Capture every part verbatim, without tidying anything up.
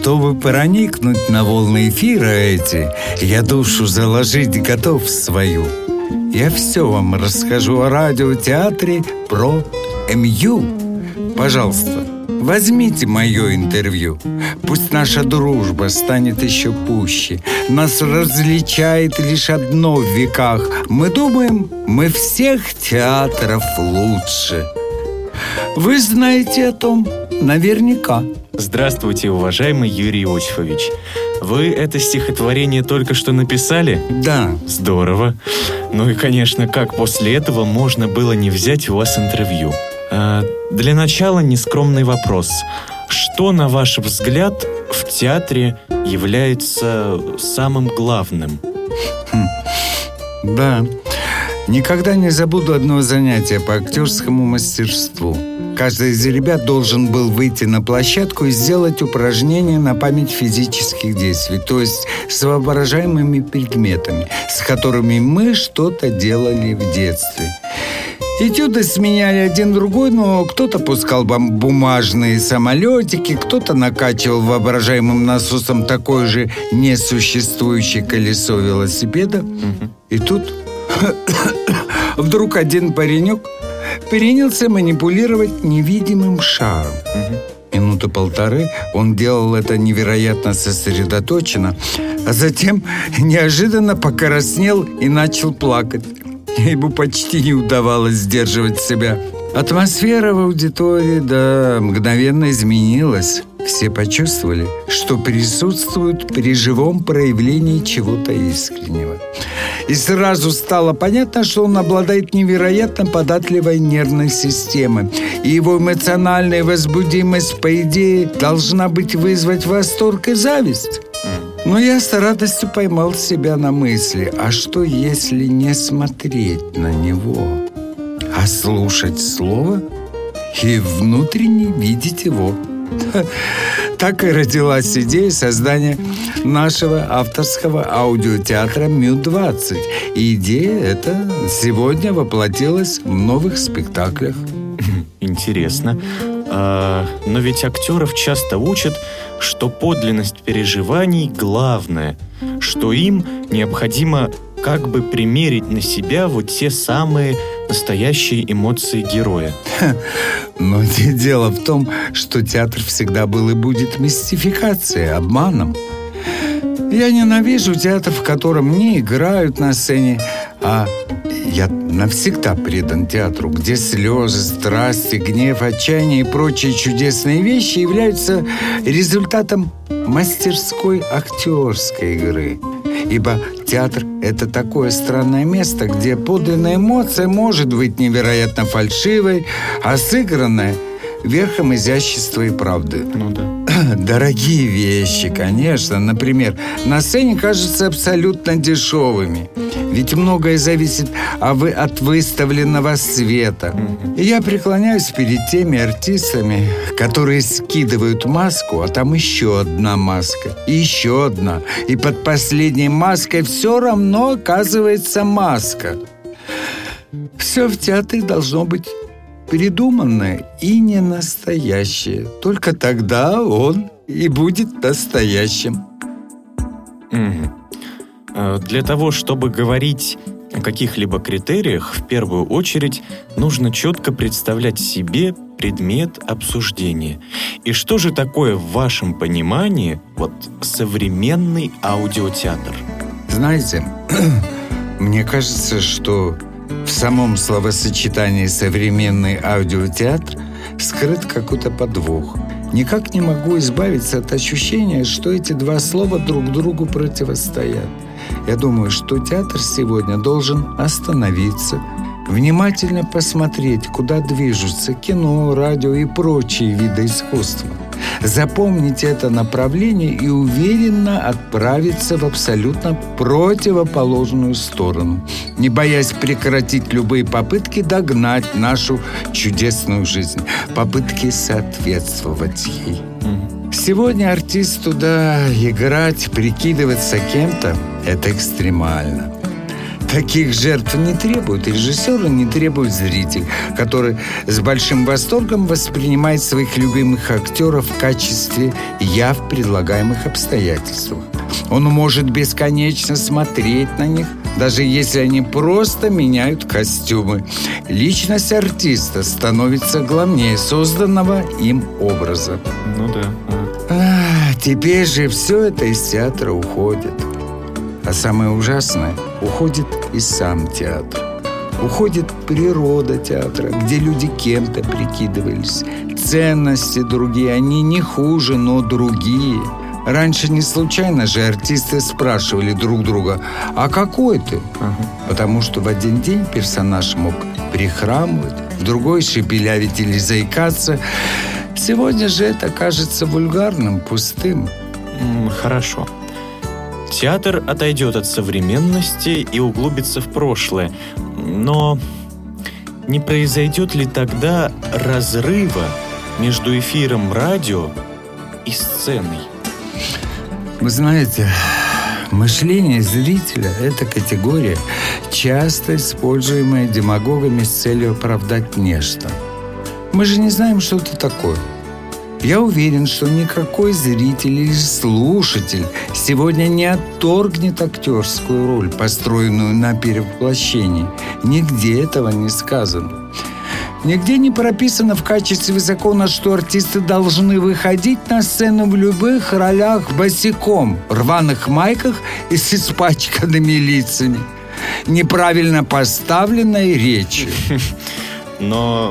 готовы проникнуть на волны эфира эти. Я душу заложить готов свою. Я все вам расскажу о радиотеатре про эм ю. Пожалуйста, возьмите мое интервью. Пусть наша дружба станет еще пуще. Нас различает лишь одно в веках. Мы думаем, мы всех театров лучше. Вы знаете о том наверняка. Здравствуйте, уважаемый Юрий Иосифович. Вы это стихотворение только что написали? Да. Здорово. Ну и, конечно, как после этого можно было не взять у вас интервью? А, для начала нескромный вопрос. Что, на ваш взгляд, в театре является самым главным? Хм. Да. Никогда не забуду одно занятие по актерскому мастерству. Каждый из ребят должен был выйти на площадку и сделать упражнение на память физических действий, то есть с воображаемыми предметами, с которыми мы что-то делали в детстве. Этюды сменяли один другой, но кто-то пускал бумажные самолетики, кто-то накачивал воображаемым насосом такое же несуществующее колесо велосипеда. Mm-hmm. И тут вдруг один паренек принялся манипулировать невидимым шаром. Угу. Минуты полторы он делал это невероятно сосредоточенно, а затем неожиданно покраснел и начал плакать. Ему почти не удавалось сдерживать себя. Атмосфера в аудитории, да, мгновенно изменилась. Все почувствовали, что присутствуют при живом проявлении чего-то искреннего. И сразу стало понятно, что он обладает невероятно податливой нервной системой. И его эмоциональная возбудимость, по идее, должна быть вызвать восторг и зависть. Но я с радостью поймал себя на мысли, а что, если не смотреть на него, а слушать слово и внутренне видеть его? Так и родилась идея создания нашего авторского аудиотеатра эм ю двадцать. И идея эта сегодня воплотилась в новых спектаклях. Интересно. А, но ведь актеров часто учат, что подлинность переживаний главное, что им необходимо как бы примерить на себя вот те самые настоящие эмоции героя. Но дело в том, что театр всегда был и будет мистификацией, обманом. Я ненавижу театр, в котором не играют на сцене, а я навсегда предан театру, где слезы, страсти, гнев, отчаяние и прочие чудесные вещи являются результатом мастерской актерской игры. Ибо театр – это такое странное место, где подлинная эмоция может быть невероятно фальшивой, а сыгранная – верхом изящества и правды. Ну да. Дорогие вещи, конечно. Например, на сцене кажутся абсолютно дешевыми. Ведь многое зависит от выставленного света. И я преклоняюсь перед теми артистами, которые скидывают маску, а там еще одна маска, и еще одна. И под последней маской все равно оказывается маска. Все в театре должно быть придуманное и не настоящее. Только тогда он и будет настоящим. Угу. Для того, чтобы говорить о каких-либо критериях, в первую очередь нужно четко представлять себе предмет обсуждения. И что же такое в вашем понимании вот современный аудиотеатр? Знаете, мне кажется, что в самом словосочетании «современный аудиотеатр» скрыт какой-то подвох. Никак не могу избавиться от ощущения, что эти два слова друг другу противостоят. Я думаю, что театр сегодня должен остановиться, внимательно посмотреть, куда движутся кино, радио и прочие виды искусства. Запомнить это направление и уверенно отправиться в абсолютно противоположную сторону, не боясь прекратить любые попытки догнать нашу чудесную жизнь, попытки соответствовать ей. Сегодня артисту, да, играть, прикидываться кем-то – это экстремально. Таких жертв не требует режиссер, не требует зритель, который с большим восторгом воспринимает своих любимых актеров в качестве «я» в предлагаемых обстоятельствах. Он может бесконечно смотреть на них, даже если они просто меняют костюмы. Личность артиста становится главнее созданного им образа. Ну да. А, теперь же все это из театра уходит. А самое ужасное, уходит и сам театр. Уходит природа театра, где люди кем-то прикидывались. Ценности другие, они не хуже, но другие. Раньше не случайно же артисты спрашивали друг друга: «А какой ты?» Ага. Потому что в один день персонаж мог прихрамывать, в другой шепелявить или заикаться. Сегодня же это кажется вульгарным, пустым. Хорошо. Театр отойдет от современности и углубится в прошлое. Но не произойдет ли тогда разрыва между эфиром радио и сценой? Вы знаете, мышление зрителя – это категория, часто используемая демагогами с целью оправдать нечто. Мы же не знаем, что это такое. Я уверен, что никакой зритель или слушатель сегодня не отторгнет актерскую роль, построенную на перевоплощении. Нигде этого не сказано. Нигде не прописано в качестве закона, что артисты должны выходить на сцену в любых ролях босиком, в рваных майках и с испачканными лицами, неправильно поставленной речью. Но,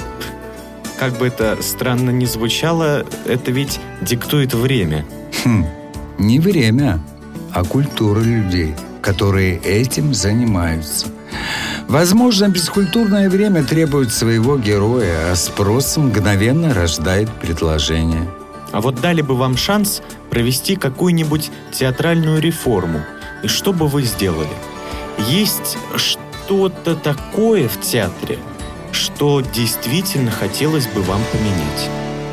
как бы это странно ни звучало, это ведь диктует время. Хм, не время, а культура людей, которые этим занимаются. Возможно, бескультурное время требует своего героя, а спрос мгновенно рождает предложение. А вот дали бы вам шанс провести какую-нибудь театральную реформу, и что бы вы сделали? Есть что-то такое в театре, что действительно хотелось бы вам поменять?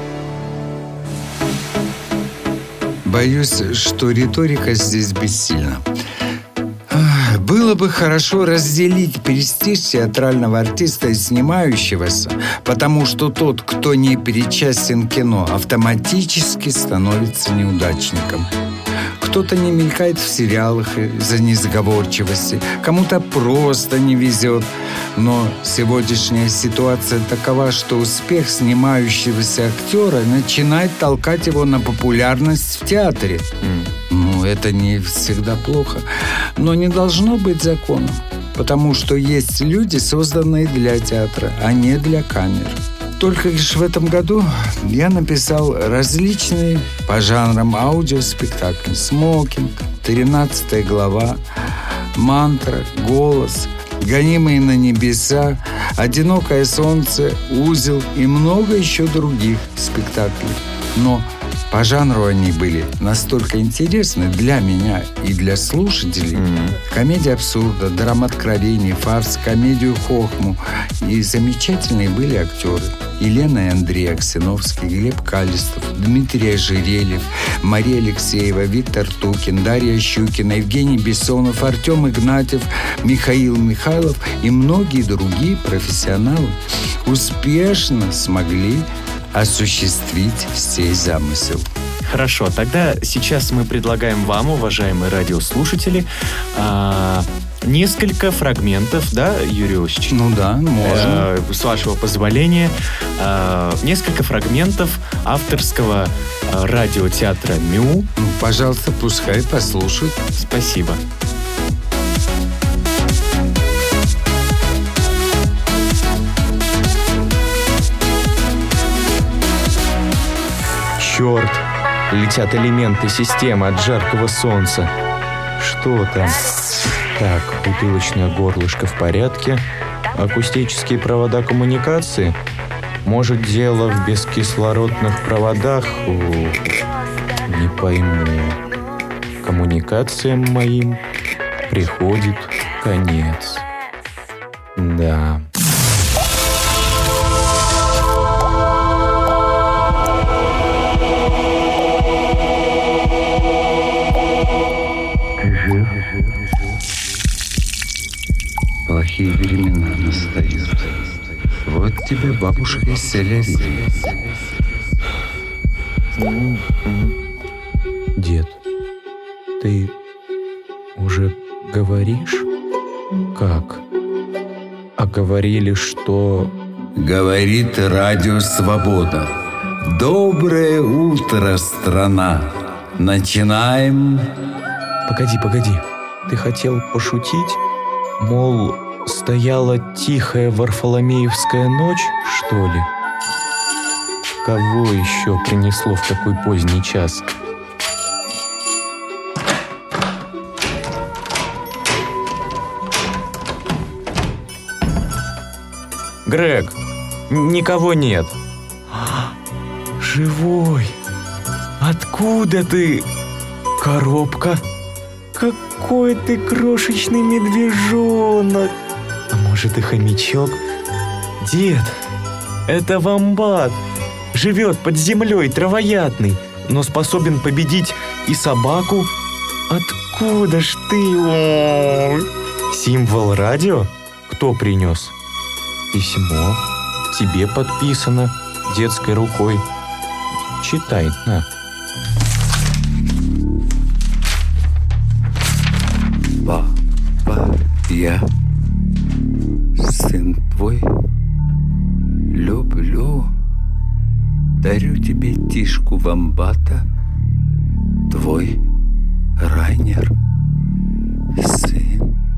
Боюсь, что риторика здесь бессильна. Было бы хорошо разделить престиж театрального артиста и снимающегося, потому что тот, кто не причастен к кино, автоматически становится неудачником. Кто-то не мелькает в сериалах из-за несговорчивости, кому-то просто не везет. Но сегодняшняя ситуация такова, что успех снимающегося актера начинает толкать его на популярность в театре. Mm. Ну, это не всегда плохо, но не должно быть законом, потому что есть люди, созданные для театра, а не для камер. Только лишь в этом году я написал различные по жанрам аудиоспектакли: «Смокинг», «Тринадцатая глава», «Мантра», «Голос», «Гонимые на небеса», «Одинокое солнце», «Узел» и много еще других спектаклей. Но по жанру они были настолько интересны для меня и для слушателей. Mm-hmm. Комедия абсурда, драма откровений, фарс, комедию хохму. И замечательные были актеры. Елена и Андрей Аксеновский, Глеб Калистов, Дмитрий Ожерельев, Мария Алексеева, Виктор Тукин, Дарья Щукина, Евгений Бессонов, Артем Игнатьев, Михаил Михайлов и многие другие профессионалы успешно смогли осуществить сей замысел. Хорошо, тогда сейчас мы предлагаем вам, уважаемые радиослушатели, а, несколько фрагментов, да, Юрий Иосифович? Ну да, можно. А, с вашего позволения, а, несколько фрагментов авторского а, радиотеатра МЮ. Ну, пожалуйста, пускай послушают. Спасибо. Черт! Летят элементы системы от жаркого солнца. Что там? Так, бутылочное горлышко в порядке. Акустические провода коммуникации? Может, дело в бескислородных проводах? Ух, не пойму. Коммуникациям моим приходит конец. Да. тебе бабушка из Селери. Дед, ты уже говоришь? Как? А говорили, что... Говорит радио «Свобода». Доброе утро, страна. Начинаем. Погоди, погоди. Ты хотел пошутить? Мол, стояла тихая Варфоломеевская ночь, что ли? Кого еще принесло в такой поздний час? Грег, никого нет. Живой. Откуда ты? Коробка. Какой ты крошечный медвежонок. А может и хомячок? Дед, это вомбат. Живет под землей, травоядный, но способен победить и собаку. Откуда ж ты? Ой. Символ радио? Кто принес? Письмо. Тебе подписано детской рукой. Читай, на. Папа, я, сын твой, люблю, дарю тебе тишку вомбата, твой Райнер, сын.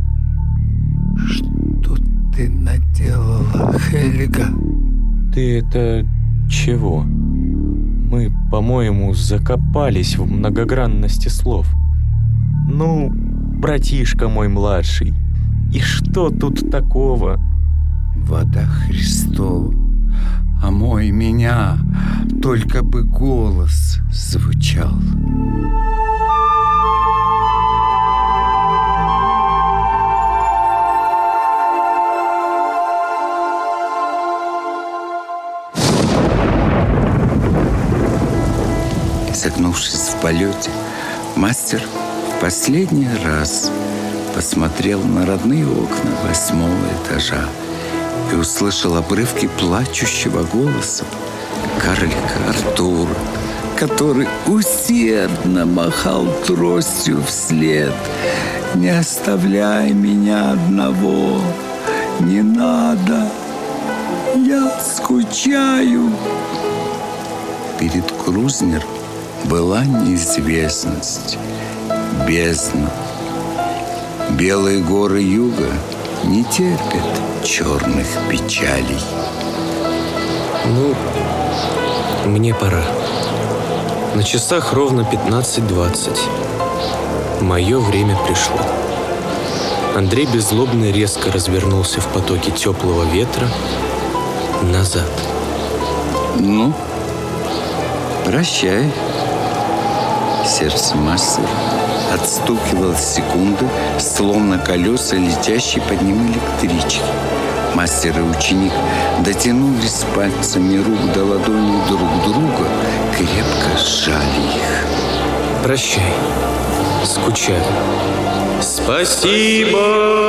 Что ты наделала, Хельга? Ты это чего? Мы, по-моему, закопались в многогранности слов. Ну, братишка мой младший, и что тут такого? Вода Христова, омой меня, только бы голос звучал. Согнувшись в полете, мастер в последний раз посмотрел на родные окна восьмого этажа и услышал обрывки плачущего голоса карлика Артура, который усердно махал тростью вслед. «Не оставляй меня одного, не надо, я скучаю». Перед Крузнер была неизвестность, бездна. Белые горы юга не терпят черных печалей. Ну, мне пора. На часах ровно пятнадцать двадцать. Мое время пришло. Андрей беззлобно резко развернулся в потоке теплого ветра назад. Ну, прощай. Сердце мастера отстукивало секунды, словно колеса, летящие под ним электрички. Мастер и ученик дотянулись пальцами рук до ладони друг друга, крепко сжали их. Прощай. Скучаю. Спасибо!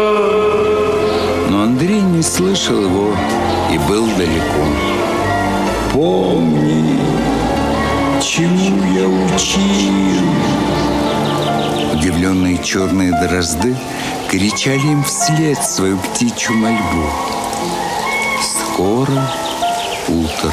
Но Андрей не слышал его и был далеко. Помни, чему я учил. Удивленные черные дрозды кричали им вслед свою птичью мольбу. Скоро утро.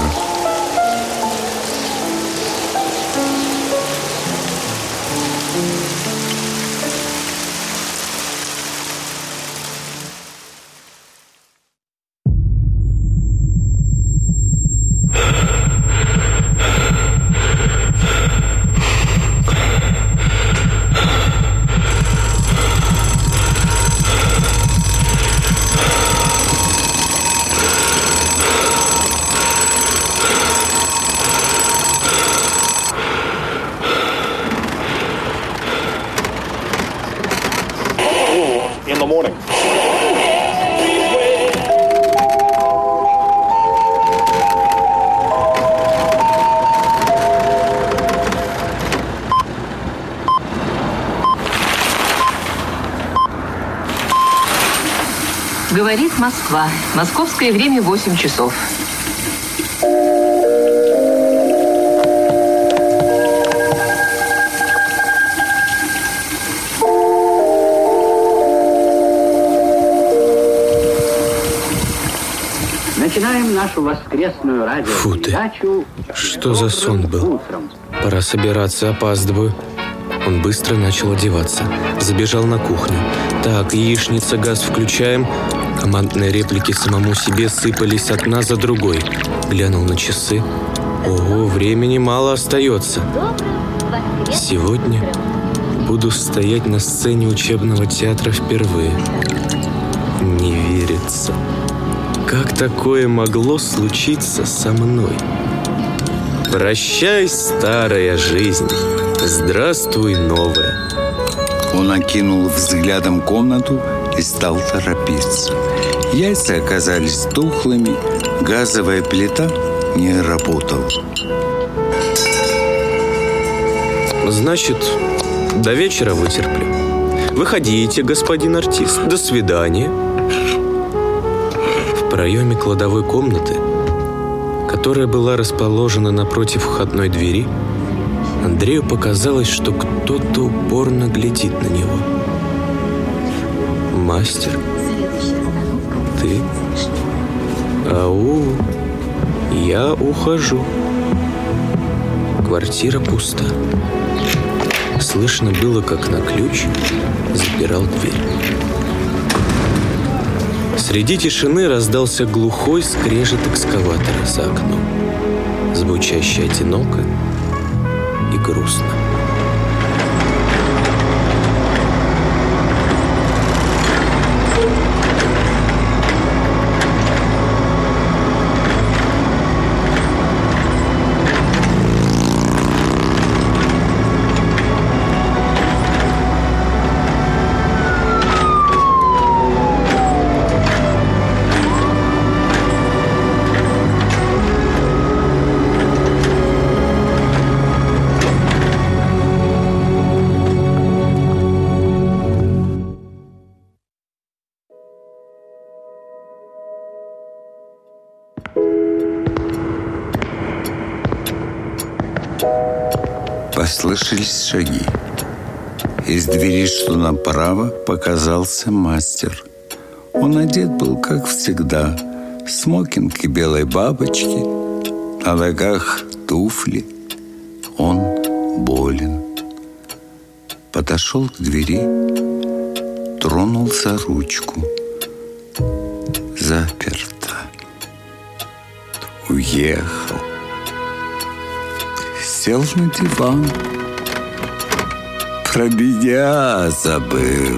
Говорит Москва. Московское время восемь часов. Начинаем нашу воскресную радиопередачу. Что за сон был? Пора собираться, опаздываю. Он быстро начал одеваться. Забежал на кухню. Так, яичница, газ включаем. Командные реплики самому себе сыпались одна за другой. Глянул на часы. Ого, времени мало остается. Сегодня буду стоять на сцене учебного театра впервые. Не верится. Как такое могло случиться со мной? Прощай, старая жизнь. Здравствуй, новая. Он окинул взглядом комнату и стал торопиться. Яйца оказались тухлыми, газовая плита не работала. Значит, до вечера вытерплю. Выходите, господин артист. До свидания. В проеме кладовой комнаты, которая была расположена напротив входной двери, Андрею показалось, что кто-то упорно глядит на него. «Мастер, ты? Ау, я ухожу». Квартира пуста. Слышно было, как на ключ запирал дверь. Среди тишины раздался глухой скрежет экскаватора за окном, звучащий одиноко и грустно. Послышались шаги. Из двери, что направо, показался мастер. Он одет был, как всегда, смокинг и белой бабочки, на ногах туфли. Он болен. Подошел к двери, тронул за ручку. Заперто. Уехал. Сел на диван. Про меня забыл.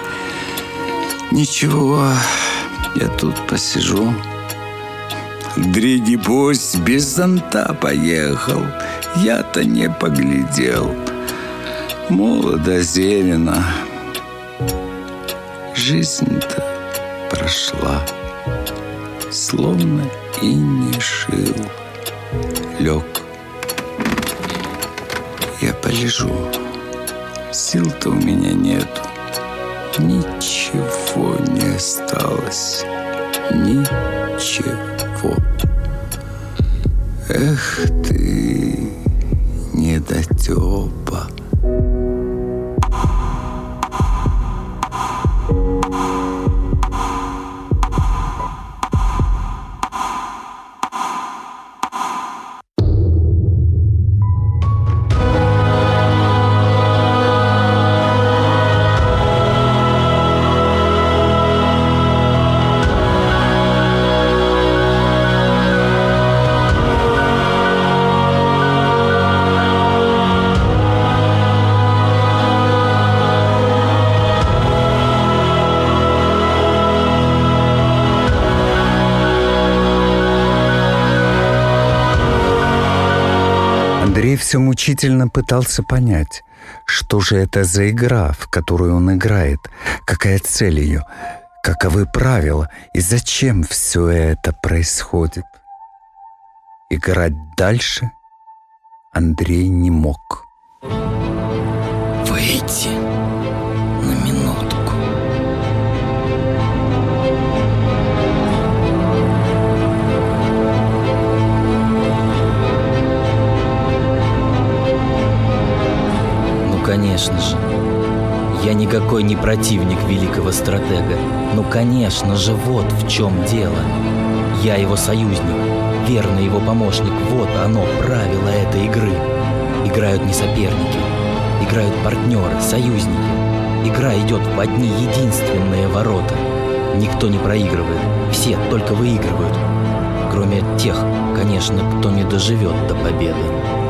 Ничего, я тут посижу. Андрей, небось, без зонта поехал. Я-то не поглядел. Молодо зелено. Жизнь-то прошла, словно и не жил. Лег. Я полежу. Сил-то у меня нету. Ничего не осталось. Ничего. Эх ты, недотёпа. Андрей все мучительно пытался понять, что же это за игра, в которую он играет, какая цель ее, каковы правила и зачем все это происходит. Играть дальше Андрей не мог. Выйти на минутку. конечно же. Я никакой не противник великого стратега. Ну, конечно же, вот в чем дело. Я его союзник, верный его помощник. Вот оно, правило этой игры. Играют не соперники, играют партнеры, союзники. Игра идет в одни единственные ворота. Никто не проигрывает, все только выигрывают. Кроме тех, конечно, кто не доживет до победы.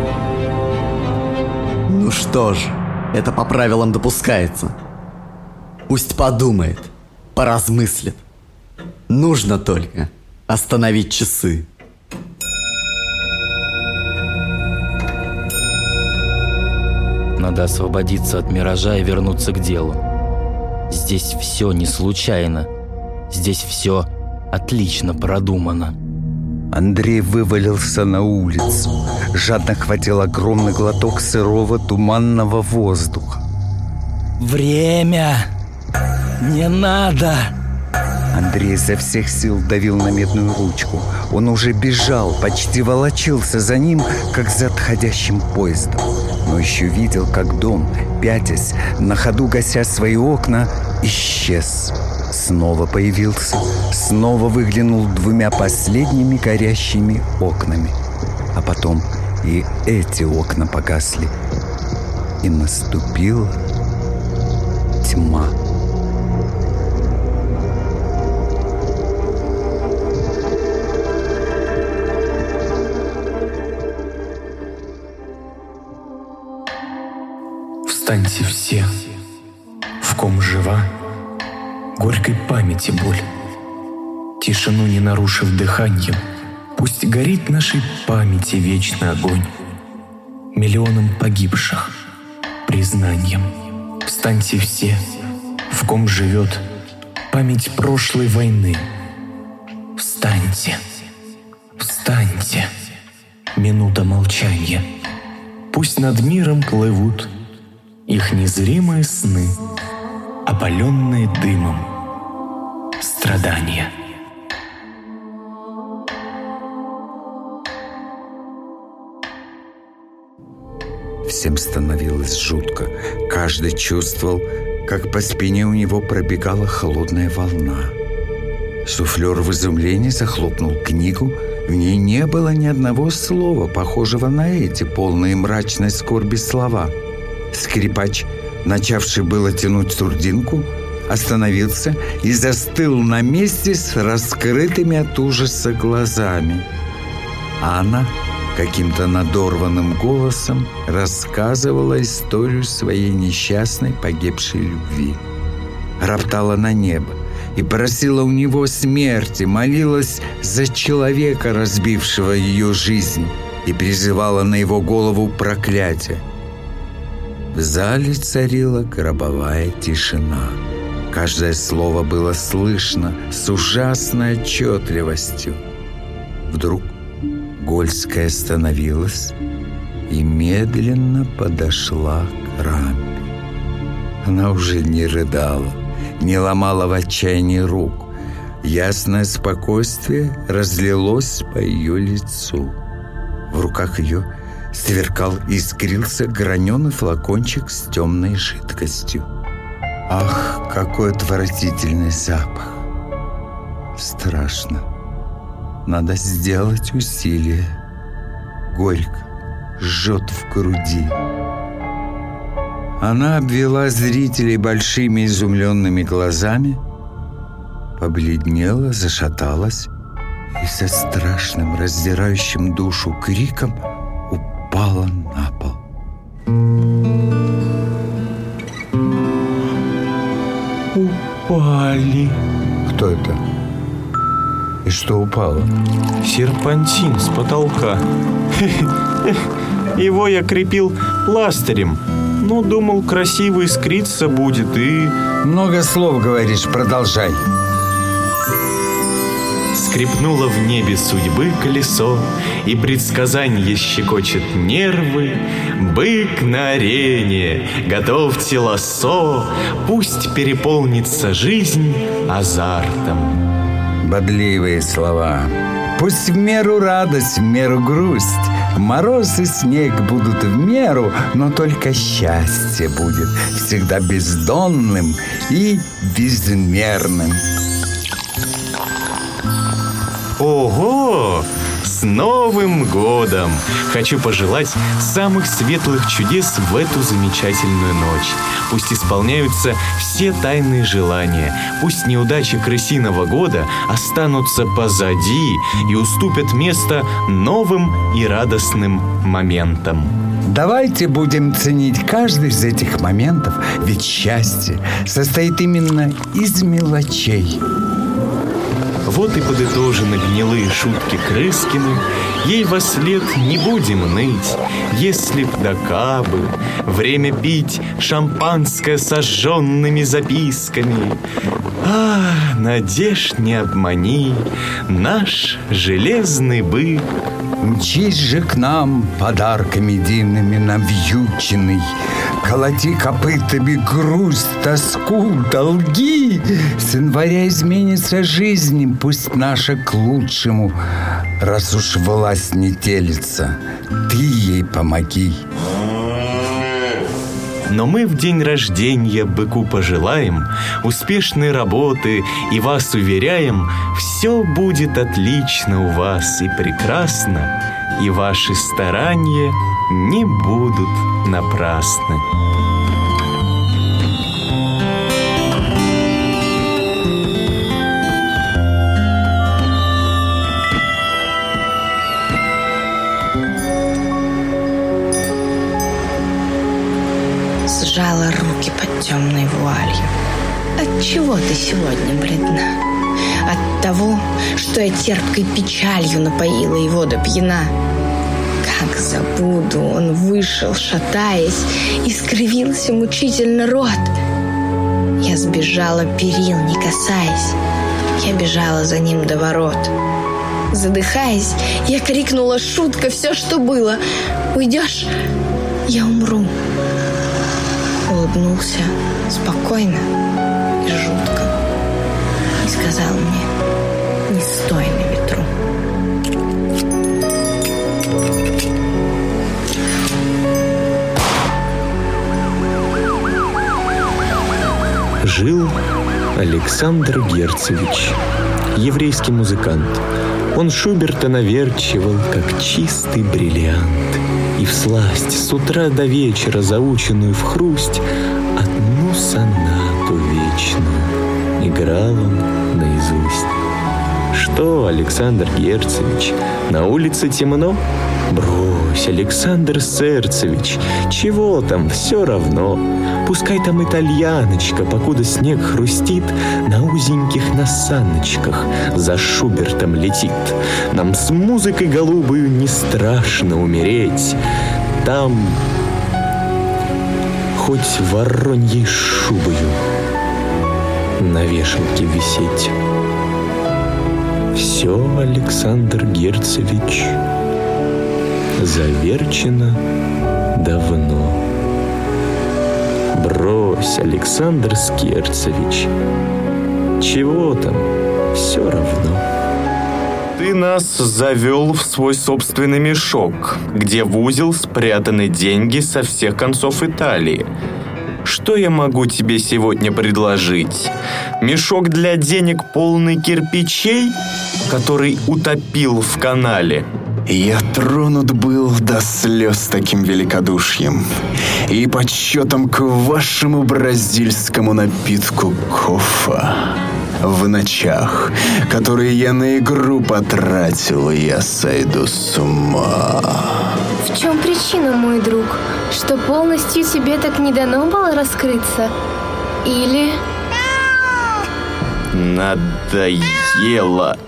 Ну что ж, это по правилам допускается. Пусть подумает, поразмыслит. Нужно только остановить часы. Надо освободиться от миража и вернуться к делу. Здесь все не случайно. Здесь все отлично продумано. Андрей вывалился на улицу. Жадно хватил огромный глоток сырого туманного воздуха. Время! Не надо! Андрей изо всех сил давил на медную ручку. Он уже бежал, почти волочился за ним, как за отходящим поездом. Но еще видел, как дом, пятясь, на ходу гася свои окна, исчез. Снова появился, снова выглянул двумя последними горящими окнами. А потом и эти окна погасли. И наступила тьма. Встаньте все, в ком жива горькой памяти боль. Тишину не нарушив дыханием, пусть горит нашей памяти вечный огонь. Миллионам погибших признанием. Встаньте все, в ком живет память прошлой войны. Встаньте, встаньте, минута молчания. Пусть над миром плывут их незримые сны, опаленные дымом страдания. Всем становилось жутко. Каждый чувствовал, как по спине у него пробегала холодная волна. Суфлер в изумлении захлопнул книгу. В ней не было ни одного слова, похожего на эти полные мрачной скорби слова. Скрипач, начавший было тянуть сурдинку, остановился и застыл на месте с раскрытыми от ужаса глазами. А она каким-то надорванным голосом рассказывала историю своей несчастной погибшей любви. Роптала на небо и просила у него смерти, молилась за человека, разбившего ее жизнь, и призывала на его голову проклятие. В зале царила гробовая тишина. Каждое слово было слышно с ужасной отчетливостью. Вдруг Гольская остановилась и медленно подошла к рампе. Она уже не рыдала, не ломала в отчаянии рук. Ясное спокойствие разлилось по ее лицу. В руках ее сверкал и искрился граненый флакончик с темной жидкостью. Ах, какой отвратительный запах! Страшно. Надо сделать усилие. Горько, жжет в груди. Она обвела зрителей большими изумленными глазами, побледнела, зашаталась и со страшным, раздирающим душу криком упала на пол. Упали. Кто это? И что упало? Серпантин с потолка. Его я крепил пластырем. Ну, думал, красиво искриться будет и... Много слов говоришь, продолжай. Скрипнуло в небе судьбы колесо, и предсказанье щекочет нервы. Бык на арене, готовьте лассо, пусть переполнится жизнь азартом. Бодливые слова. Пусть в меру радость, в меру грусть, Мороз и снег будут в меру, но только счастье будет всегда бездонным и безмерным. Ого! С Новым годом! Хочу пожелать самых светлых чудес в эту замечательную ночь. Пусть исполняются все тайные желания. Пусть неудачи крысиного года останутся позади и уступят место новым и радостным моментам. Давайте будем ценить каждый из этих моментов, ведь счастье состоит именно из мелочей. Вот и подытожены гнилые шутки Крыскины. Ей вослед не будем ныть, если б да кабы время пить шампанское сожженными записками. А, надежд не обмани, наш железный бык. Мчись же к нам подарками дивными навьюченный, колоти копытами грусть, тоску, долги. С января изменится жизнь, пусть наша к лучшему. Раз уж власть не телится, ты ей помоги. Но мы в день рождения быку пожелаем успешной работы и вас уверяем, все будет отлично у вас и прекрасно, и ваши старания не будут напрасны. Сжала руки под темной вуалью. Отчего ты сегодня бледна? От того, что я терпкой печалью напоила его до пьяна. Как забуду, он вышел, шатаясь, и скривился мучительно рот. Я сбежала перил, не касаясь. Я бежала за ним до ворот. Задыхаясь, я крикнула шутка все, что было. Уйдешь, я умру. Улыбнулся спокойно и жутко и сказал мне: не стой на ветру. Жил Александр Герцевич, еврейский музыкант. Он Шуберта наверчивал, как чистый бриллиант, и всласть с утра до вечера заученную в хрусть одну сонату вечную играл он наизусть. Что, Александр Герцевич, на улице темно? Брось, Александр Сердцевич, чего там, все равно. Пускай там итальяночка, покуда снег хрустит, на узеньких насаночках за Шубертом летит. Нам с музыкой голубою не страшно умереть. Там хоть вороньей шубою на вешалке висеть. Все, Александр Герцевич, заверчено давно. Брось, Александр Скерцевич, чего там, все равно. Ты нас завел в свой собственный мешок, где в узел спрятаны деньги со всех концов Италии. Что я могу тебе сегодня предложить? Мешок для денег, полный кирпичей, который утопил в канале? Я тронут был до слез таким великодушием и почетом к вашему бразильскому напитку кофе. В ночах, которые я на игру потратил, я сойду с ума. В чем причина, мой друг? Что полностью тебе так не дано было раскрыться? Или... Надоело.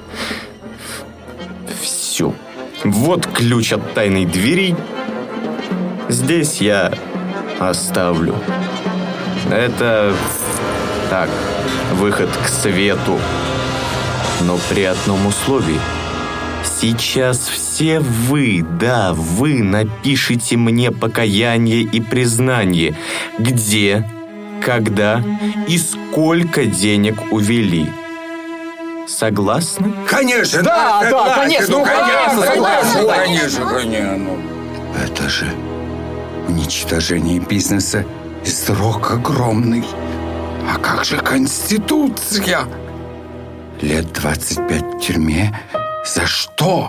Все. Вот ключ от тайной двери. Здесь я оставлю. Это так, выход к свету. Но при одном условии. Сейчас все вы, да, вы напишите мне покаяние и признание, где, когда и сколько денег увели. Согласны? Конечно, да, да, да, согласен, конечно, ну, конечно, согласен, согласен, конечно, конечно. Ну, это же уничтожение бизнеса и срок огромный. А как же Конституция? Лет двадцать пять в тюрьме? За что?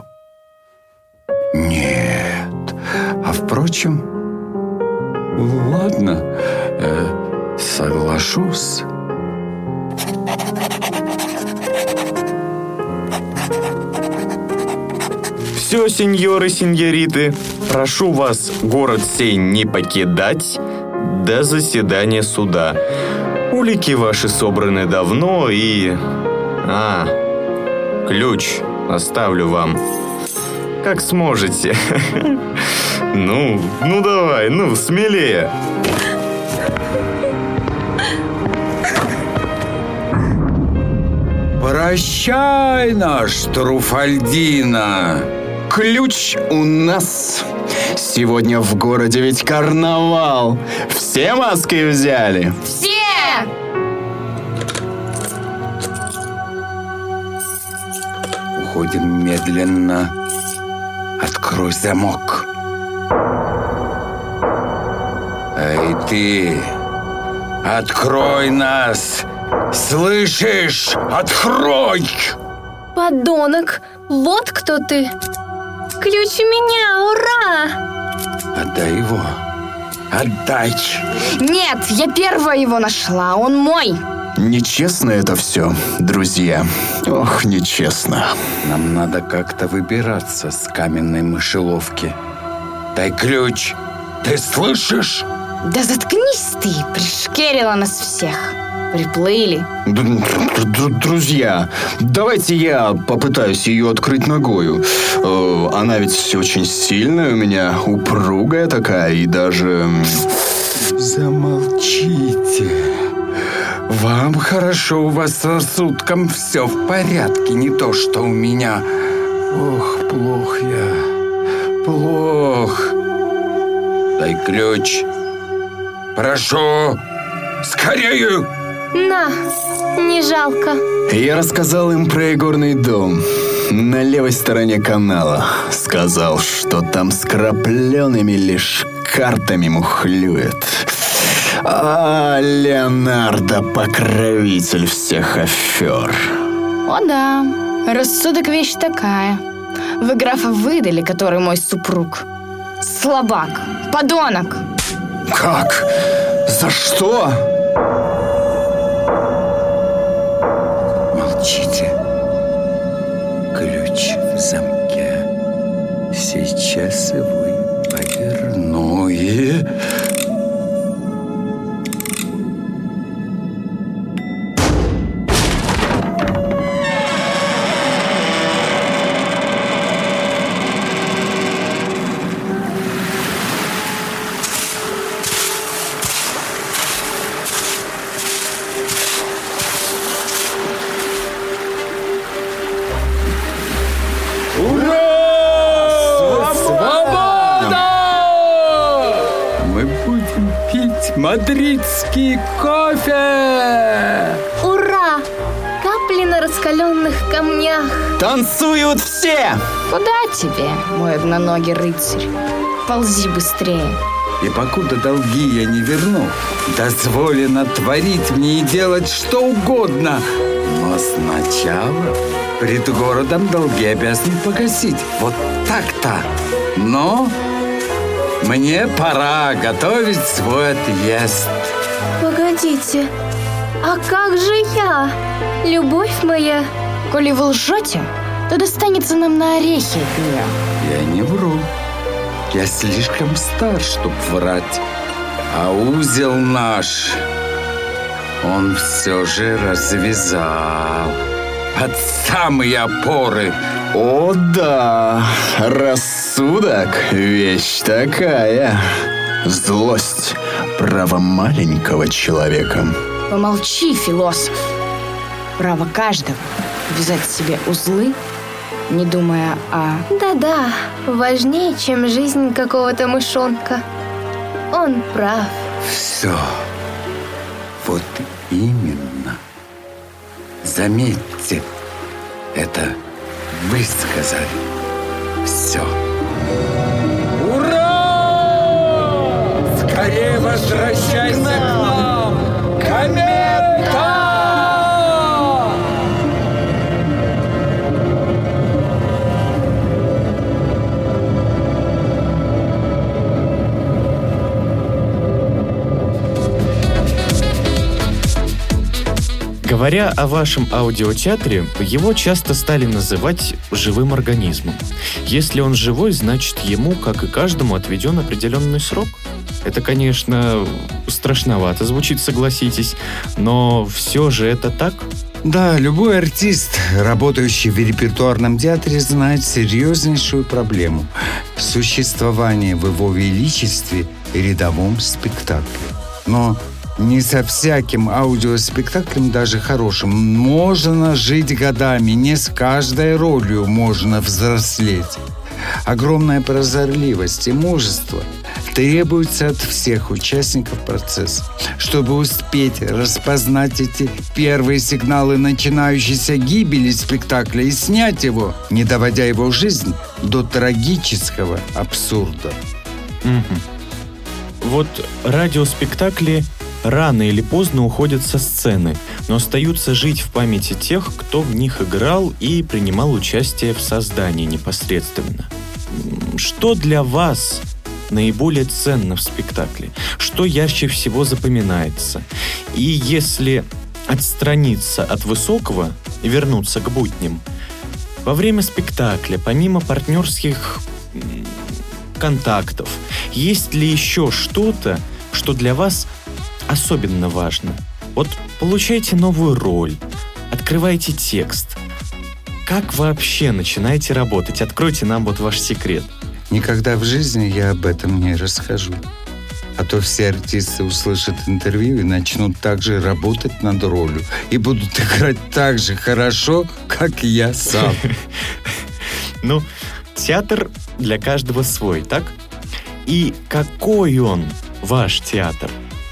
Нет. А впрочем, ладно, э, соглашусь. Все, сеньоры, сеньориты, прошу вас город сей не покидать до заседания суда. Улики ваши собраны давно и... А, ключ оставлю вам. Как сможете. Ну, ну давай, ну, смелее. Прощай, наш Труфальдино. Ключ у нас. Сегодня в городе ведь карнавал. Все маски взяли? Все! Уходим медленно. Открой замок. Эй, ты! Открой нас! Слышишь? Открой! Подонок, вот кто ты. Ключ у меня, ура! Отдай его. Отдай. Нет, я первая его нашла, он мой. Нечестно это все, друзья. Ох, нечестно. Нам надо как-то выбираться с каменной мышеловки. Дай ключ. Ты слышишь? Да заткнись ты, пришкерила нас всех. Приплыли. Друзья, давайте я попытаюсь ее открыть ногою. Она ведь очень сильная у меня, упругая такая и даже... Замолчите. Вам хорошо, у вас с рассудком все в порядке, не то что у меня. Ох, плох я, плох. Дай ключ. Прошу, скорее. На, не жалко. Я рассказал им про игорный дом на левой стороне канала. Сказал, что там с крапленными лишь картами мухлюет. А Леонардо покровитель всех афер. О да, рассудок вещь такая. Вы графа выдали, который мой супруг. Слабак, подонок. Как? За что? Молчите. Ключ в замке. Сейчас его поверну и... Мадридский кофе! Ура! Капли на раскаленных камнях. Танцуют все! Куда тебе, мой одноногий рыцарь? Ползи быстрее. И покуда долги я не верну, дозволено творить мне и делать что угодно. Но сначала пред городом долги обязаны погасить. Вот так-то. Но... мне пора готовить свой отъезд. Погодите, а как же я? Любовь моя? Коли вы лжете, то достанется нам на орехи от меня. Я не вру. Я слишком стар, чтоб врать. А узел наш он все же развязал от самой опоры. О да, рассудок – вещь такая. Злость – право маленького человека. Помолчи, философ. Право каждого вязать себе узлы, не думая о... Да-да, важнее, чем жизнь какого-то мышонка. Он прав. Все. Вот именно. Заметьте, Это вы сказали. Все. Ура! Скорее возвращайся к нам! Комета! Говоря о вашем аудиотеатре, его часто стали называть живым организмом. Если он живой, значит, ему, как и каждому, отведен определенный срок. Это, конечно, страшновато звучит, согласитесь, но все же это так. Да, любой артист, работающий в репертуарном театре, знает серьезнейшую проблему – существование в его величестве рядовом спектакле. Но не со всяким аудиоспектаклем, даже хорошим, можно жить годами, не с каждой ролью можно взрослеть. Огромная прозорливость и мужество требуется от всех участников процесса, чтобы успеть распознать эти первые сигналы начинающейся гибели спектакля и снять его, не доводя его жизнь до трагического абсурда. Угу. Вот радиоспектакли рано или поздно уходят со сцены, но остаются жить в памяти тех, кто в них играл и принимал участие в создании непосредственно. Что для вас наиболее ценно в спектакле? Что ярче всего запоминается? И если отстраниться от высокого и вернуться к будням, во время спектакля, помимо партнерских контактов, есть ли еще что-то, что для вас особенно важно? Вот получаете новую роль, открываете текст. Как вообще начинаете работать? Откройте нам вот ваш секрет. Никогда в жизни я об этом не расскажу. А то все артисты услышат интервью и начнут также работать над ролью. И будут играть так же хорошо, как я сам. Ну, театр для каждого свой, так? И какой он, ваш театр?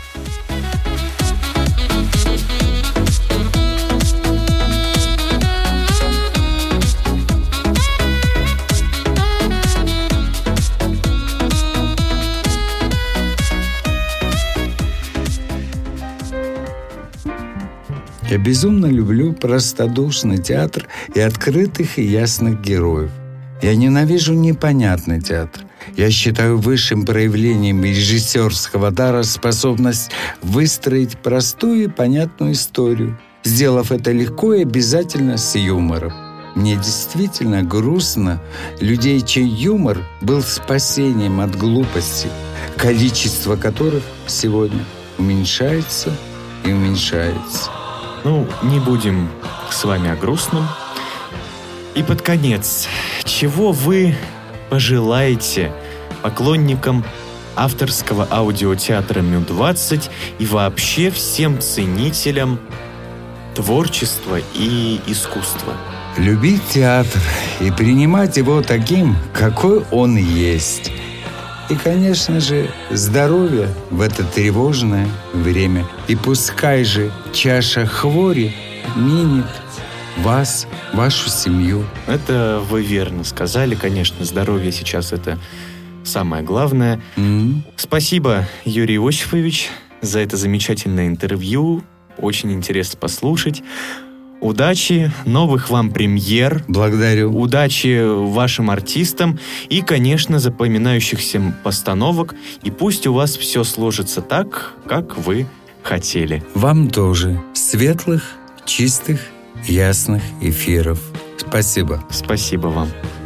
Я безумно люблю простодушный театр и открытых и ясных героев. Я ненавижу непонятный театр. Я считаю высшим проявлением режиссерского дара способность выстроить простую и понятную историю, сделав это легко и обязательно с юмором. Мне действительно грустно людей, чей юмор был спасением от глупости, количество которых сегодня уменьшается и уменьшается. Ну, не будем с вами о грустном. И под конец, чего вы пожелаете поклонникам авторского аудиотеатра Мю двадцать и вообще всем ценителям творчества и искусства? Любить театр и принимать его таким, какой он есть. И, конечно же, здоровья в это тревожное время. И пускай же чаша хвори минит вас, вашу семью. Это вы верно сказали. Конечно, здоровье сейчас это самое главное. Mm-hmm. Спасибо, Юрий Иосифович, за это замечательное интервью. Очень интересно послушать. Удачи, новых вам премьер. Благодарю. Удачи вашим артистам и, конечно, запоминающихся постановок. И пусть у вас все сложится так, как вы хотели. Вам тоже. Светлых, чистых, ясных эфиров. Спасибо. Спасибо вам.